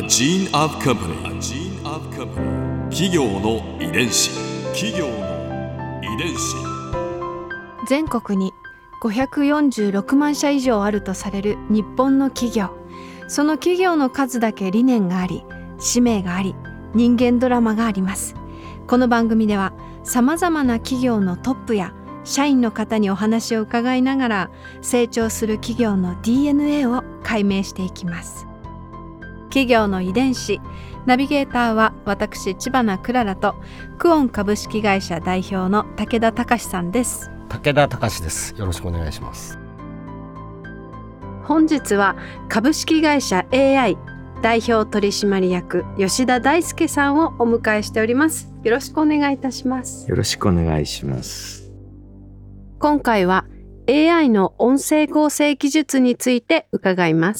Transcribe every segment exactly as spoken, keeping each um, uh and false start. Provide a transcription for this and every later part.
gene of company. A gene of company. 企業の遺伝子。企業の遺伝子。 全国にごひゃくよんじゅうろくまんしゃ以上あるとされる日本の企業。その企業の数だけ理念があり、使命があり、人間ドラマがあります。この番組ではさまざまな企業のトップや社員の方にお話を伺いながら、成長する企業の ディーエヌエー を解明していきます。企業の遺伝子、ナビゲーターは私知花クララとクオン株式会社代表の武田隆さんです。 武田隆です。よろしくお願いします。 本日は株式会社 エーアイ 代表取締役吉田大輔さんをお迎えしております。よろしくお願いいたします。 よろしくお願いします。 今回は エーアイ の音声合成技術について伺います。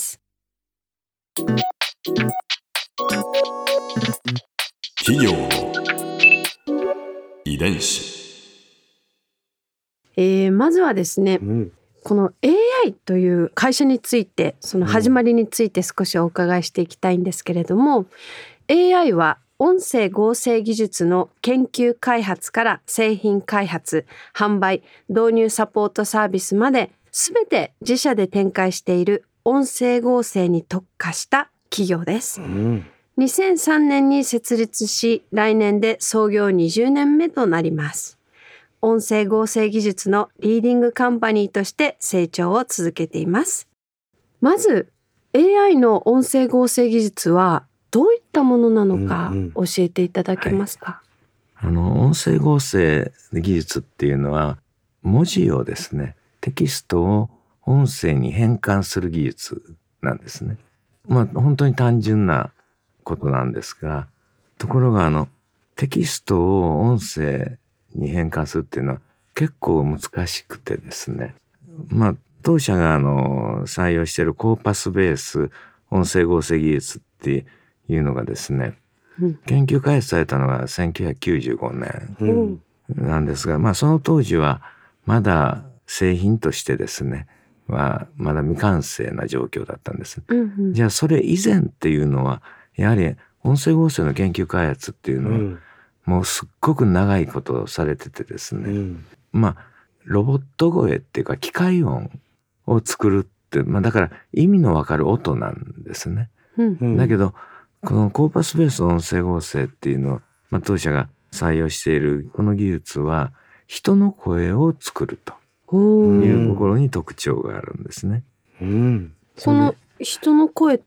企業の遺伝子。 えー、まずはですね、うん、この エーアイ という会社について、その始まりについて少しお伺いしていきたいんですけれども、うん、エーアイ は音声合成技術の研究開発から製品開発、販売、導入サポートサービスまで全て自社で展開している音声合成に特化した企業です。うん、にせんさんねんに設立し、来年で創業にじゅうねんめとなります。音声合成技術のリーディングカンパニーとして成長を続けています。まず エーアイ の音声合成技術はどういったものなのか教えていただけますか？ うんうんはい、あの音声合成技術っていうのは、文字をですね、テキストを音声に変換する技術なんですね。まあ本当に単純なことなんですが、ところがあのテキストを音声に変換するっていうのは結構難しくてですね。まあ当社があの採用しているコーパスベース音声合成技術っていうのがですね、うん、研究開発されたのがせんきゅうひゃくきゅうじゅうごねんなんですが、まあその当時はまだ製品としてですね、はまだ未完成な状況だったんです、うんうん、じゃあそれ以前っていうのはやはり音声合成の研究開発っていうのは、うん、もうすっごく長いことをされててですね、うん、まあロボット声っていうか機械音を作るって、まあ、だから意味のわかる音なんですね、うん、だけどこのコーパスベース音声合成っていうのを、まあ、当社が採用しているこの技術は人の声を作るというところに特徴があるんですね。 うん、その人の声って、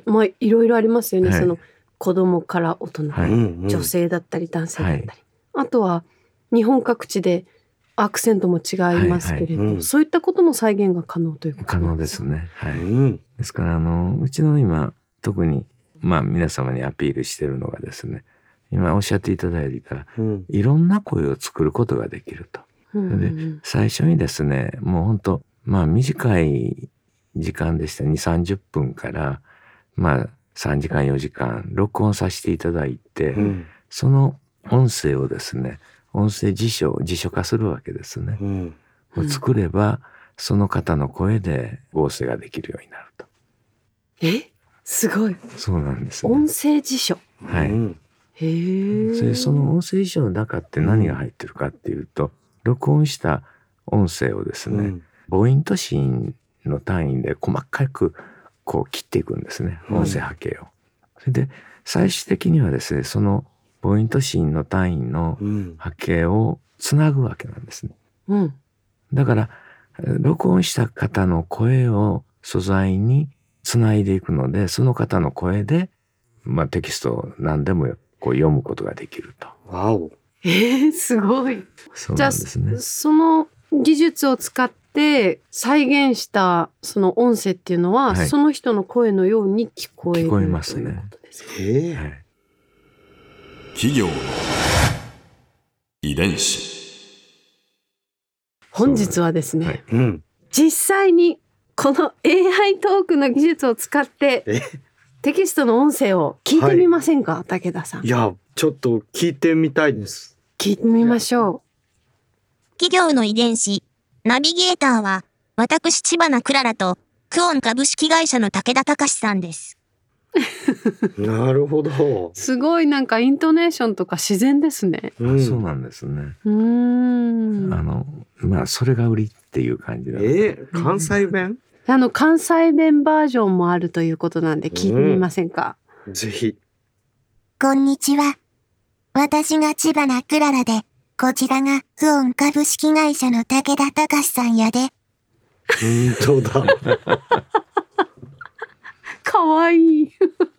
まあ、いろいろありますよね、はい、その子供から大人、はい、女性だったり男性だったり、はい、あとは日本各地でアクセントも違いますけれど、はいはい、そういったことも再現が可能ということ可能ですね、はいうん、ですからあのうちの今特に、まあ、皆様にアピールしているのがですね、今おっしゃっていただいた、うん、いろんな声を作ることができると。で最初にですね、もう本当まあ短い時間でしたにじゅう、さんじゅっぷんからまあさんじかんよじかん録音させていただいて、うん、その音声をですね、音声辞書辞書化するわけですね、うん、を作ればその方の声で合成ができるようになると。 え、すごい。 そうなんですね。 音声辞書。 はい。うん、へえ。それその音声辞書の中って何が入ってるかっていうと、録音した音声をですね、うん、母音と子音の単位で細かくこう切っていくんですね、音声波形を、うん、それで最終的にはですね、その母音と子音の単位の波形をつなぐわけなんですね、うん、だから録音した方の声を素材につないでいくので、その方の声で、まあ、テキストを何でもこう読むことができると。 わお。 えー、すごい。 そうなんですね。 じゃあその技術を使って再現したその音声っていうのは、はい、その人の声のように聞こえる、聞こえますね、ということですか？ えーはい、 企業の遺伝子。 本日はですね、 はいうん、 実際にこの エーアイ トークの技術を使ってテキストの音声を聞いてみませんか、はい、武田さん。 いや、ちょっと聞いてみたいです。 聞いてみましょう。 企業の遺伝子。ナビゲーターは私知花クララとクオン株式会社の武田隆さんです。 なるほど。 すごいなんかイントネーションとか自然ですね。 うん、 そうなんですね。 うーん。 あのまあそれが売りっていう感じだ。 えー、関西弁？ あの関西弁バージョンもあるということなんで聞いてみませんか？ うん、ぜひ。 こんにちは。私が千葉なクララで、こちらがクオン株式会社の武田隆さんやで。 本当だ。 かわいい。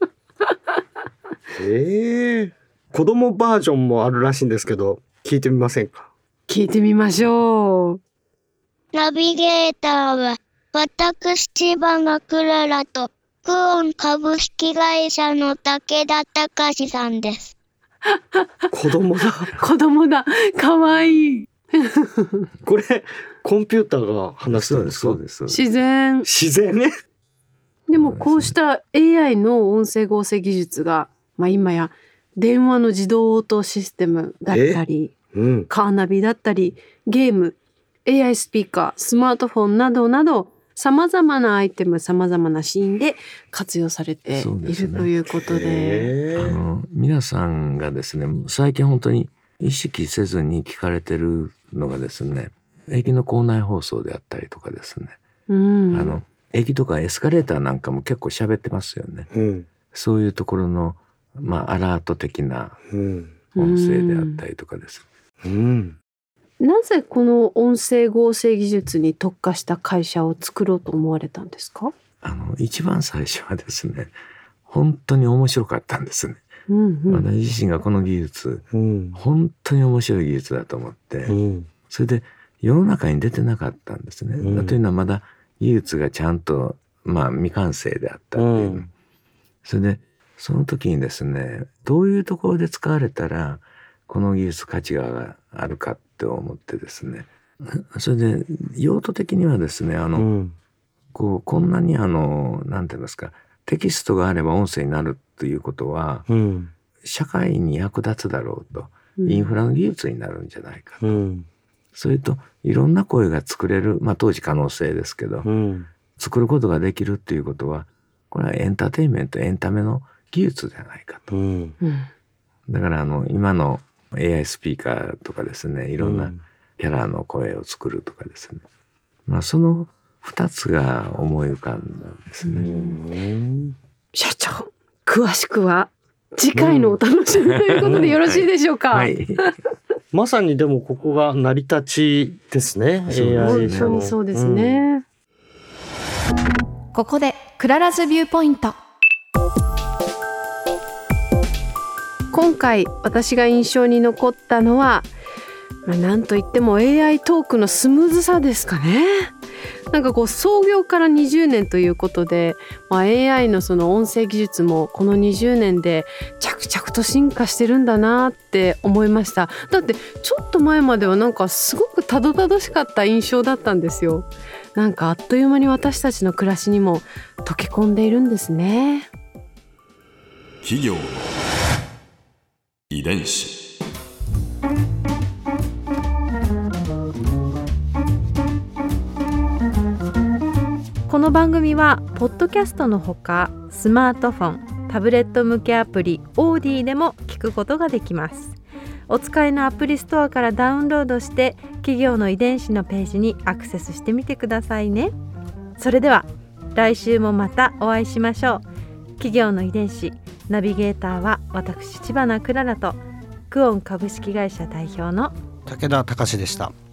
えー、子供バージョンもあるらしいんですけど、聞いてみませんか？ 聞いてみましょう。 ナビゲーターは、私千葉なクララと、クオン株式会社の武田隆さんです。 子供だ。 子供だ。かわいい。 これコンピューターが話してるんですか？ そうです。 自然。 自然ね。 でもこうした エーアイ の音声合成技術が、まあ、今や電話の自動応答システムだったり、 うん、 カーナビだったり、ゲーム、エーアイ スピーカー、スマートフォンなどなど、さまざまなアイテム、さまざまなシーンで活用されている、ね、ということで、 あの皆さんがですね、最近本当に意識せずに聞かれてるのがですね、駅の構内放送であったりとかですね、 うん、 あの駅とかエスカレーターなんかも結構喋ってますよね、 うん、 そういうところの、まあ、アラート的な音声であったりとかです、 うんうん、 なぜこの音声合成技術に特化した会社を作ろうと思われたんですか？ あの一番最初はですね、本当に面白かったんですね、 うんうん、 私自身がこの技術、うん、本当に面白い技術だと思って、うん、それで世の中に出てなかったんですね、うん、というのはまだ技術がちゃんと、まあ、未完成であったっていう、うん、それでその時にですね、どういうところで使われたらこの技術価値があるかって思ってですね、それで用途的にはですね、あの、うん、こうこんなにあのなんて言いますか、テキストがあれば音声になるということは、うん、社会に役立つだろうと、うん、インフラの技術になるんじゃないかと、うん、それといろんな声が作れる、まあ当時可能性ですけど、うん、作ることができるっていうことは、これはエンターテインメント、エンタメの技術じゃないかと、うん、だからあの今の エーアイ スピーカーとかですね、いろんなキャラの声を作るとかですね、まあその二つが思い浮かんだんですね。うん、 社長、詳しくは次回のお楽しみということでよろしいでしょうか？ はいはい、まさにでもここが成り立ちですね。 そうですね。そうですね、うん。 ここでクララズビューポイント。 今回私が印象に残ったのは、まあ、なんといっても エーアイ トークのスムーズさですかね。なんかこう創業からにじゅうねんということで、まあ、エーアイ のその音声技術もこのにじゅうねんで着々と進化してるんだなって思いました。だってちょっと前まではなんかすごくたどたどしかった印象だったんですよ。なんかあっという間に私たちの暮らしにも溶け込んでいるんですね。 企業の遺伝子。 この番組はポッドキャストのほかスマートフォン、タブレット向けアプリオーディでも聞くことができます。お使いのアプリストアからダウンロードして企業の遺伝子のページにアクセスしてみてくださいね。それでは来週もまたお会いしましょう。企業の遺伝子ナビゲーターは私千葉なクララとクオン株式会社代表の武田隆でした。